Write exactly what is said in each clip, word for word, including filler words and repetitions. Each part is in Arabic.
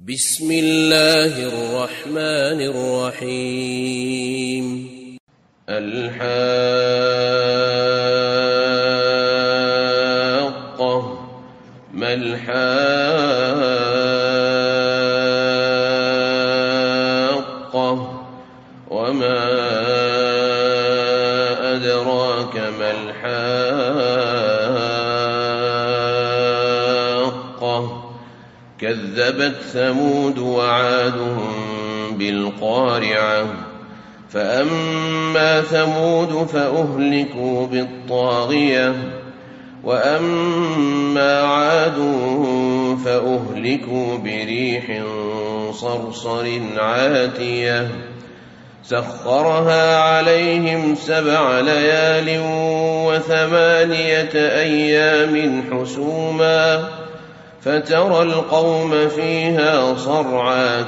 بسم الله الرحمن الرحيم. الحاقة. ما الحاقة وما أدراك ما الحاقة. كذبت ثمود وعاد بالقارعة. فأما ثمود فأهلكوا بالطاغية وأما عاد فأهلكوا بريح صرصر عاتية سخرها عليهم سبع ليال وثمانية أيام حسوما فترى القوم فيها صرعى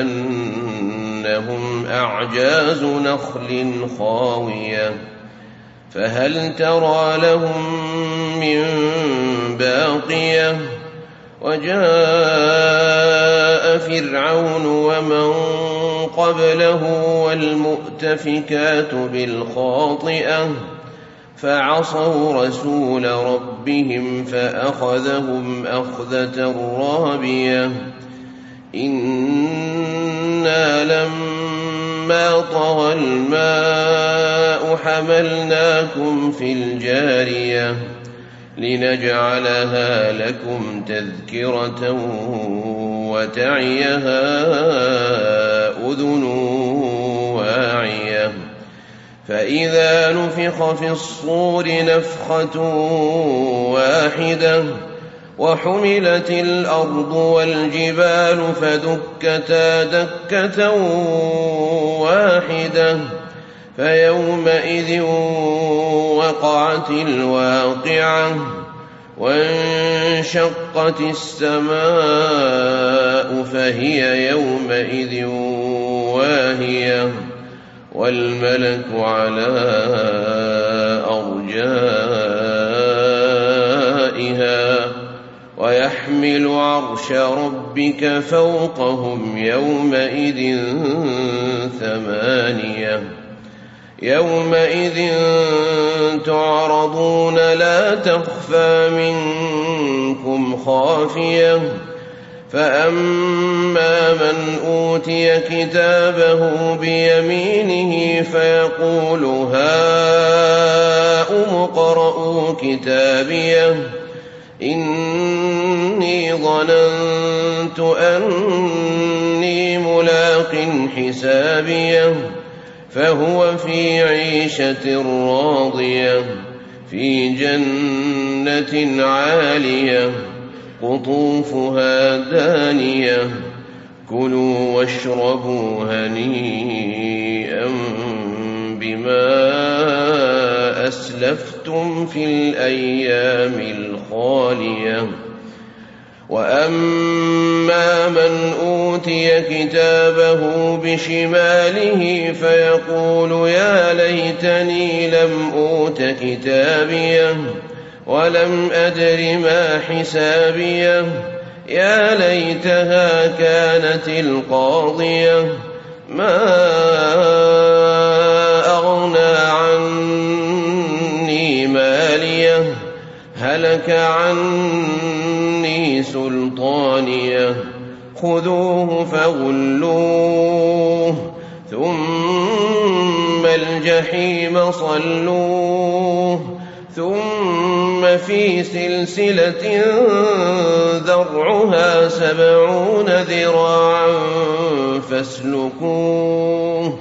كأنهم أعجاز نخل خاوية فهل ترى لهم من باقية. وجاء فرعون ومن قبله والمؤتفكات بالخاطئة فعصوا رسول ربهم فأخذهم أخذة رابية. إنا لما طغى الماء حملناكم في الجارية لنجعلها لكم تذكرة وتعيها أذن واعية. فإذا نفخ في الصور نفخة واحدة وحملت الأرض والجبال فدكتا دكة واحدة فيومئذ وقعت الواقعة وانشقت السماء فهي يومئذ واهية والملك على أرجائها ويحمل عرش ربك فوقهم يومئذ ثمانية. يومئذ تعرضون لا تخفى منكم خافية. فأما من أوتي كتابه بيمينه فيقول هاؤم اقرءوا كتابيه إني ظننت أني ملاق حسابيه فهو في عيشة راضية في جنة عالية قطوفها دانية كلوا واشربوا هنيئا بما أسلفتم في الأيام الخالية. وأما من أوتي كتابه بشماله فيقول يا ليتني لم أوت كتابيه ولم أدر ما حسابيه يا ليتها كانت القاضية ما أغنى عني ماليه هلك عني سلطانيه خذوه فغلوه ثم الجحيم صلوه ثم في سلسلة ذرعها سبعون ذراعا فاسلكوه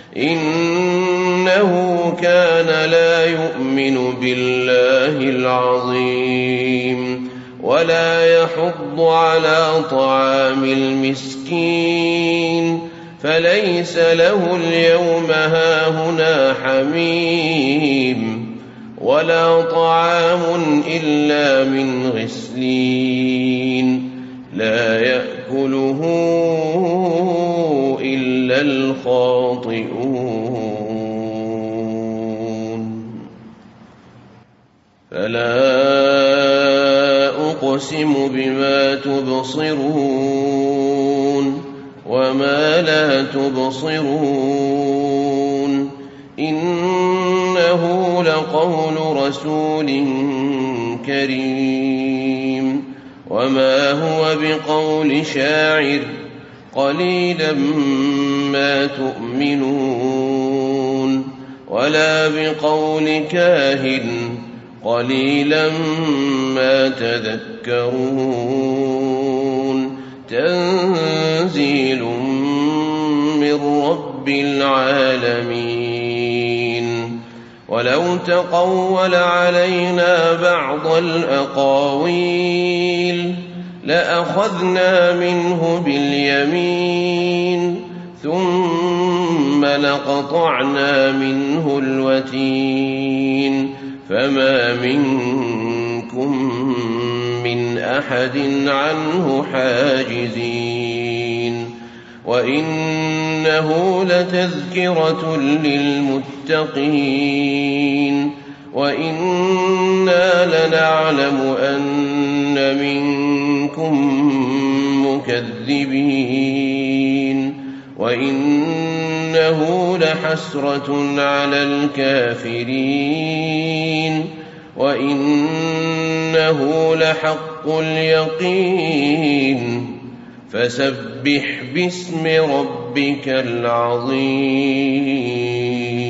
إنه كان لا يؤمن بالله العظيم ولا يحض على طعام المسكين فليس له اليوم هاهنا حميم ولا طعام إلا من غسلين لا يأكله إلا الخاطئون. فلا أقسم بما تبصرون وما لا تبصرون إنه لقول رسول كريم وما هو بقول شاعر قليلا ما تؤمنون ولا بقول كاهن قليلا ما تذكرون تنزيل من رب العالمين ولو تقول علينا بعض الأقاويل لأخذنا منه باليمين ثم لقطعنا منه الوتين فما منكم من أحد عنه حاجزين وإنه لتذكرة للمتقين وإنا لنعلم أن منكم مكذبين وإنه لحسرة على الكافرين وإنه لحق اليقين فسبح باسم ربك العظيم.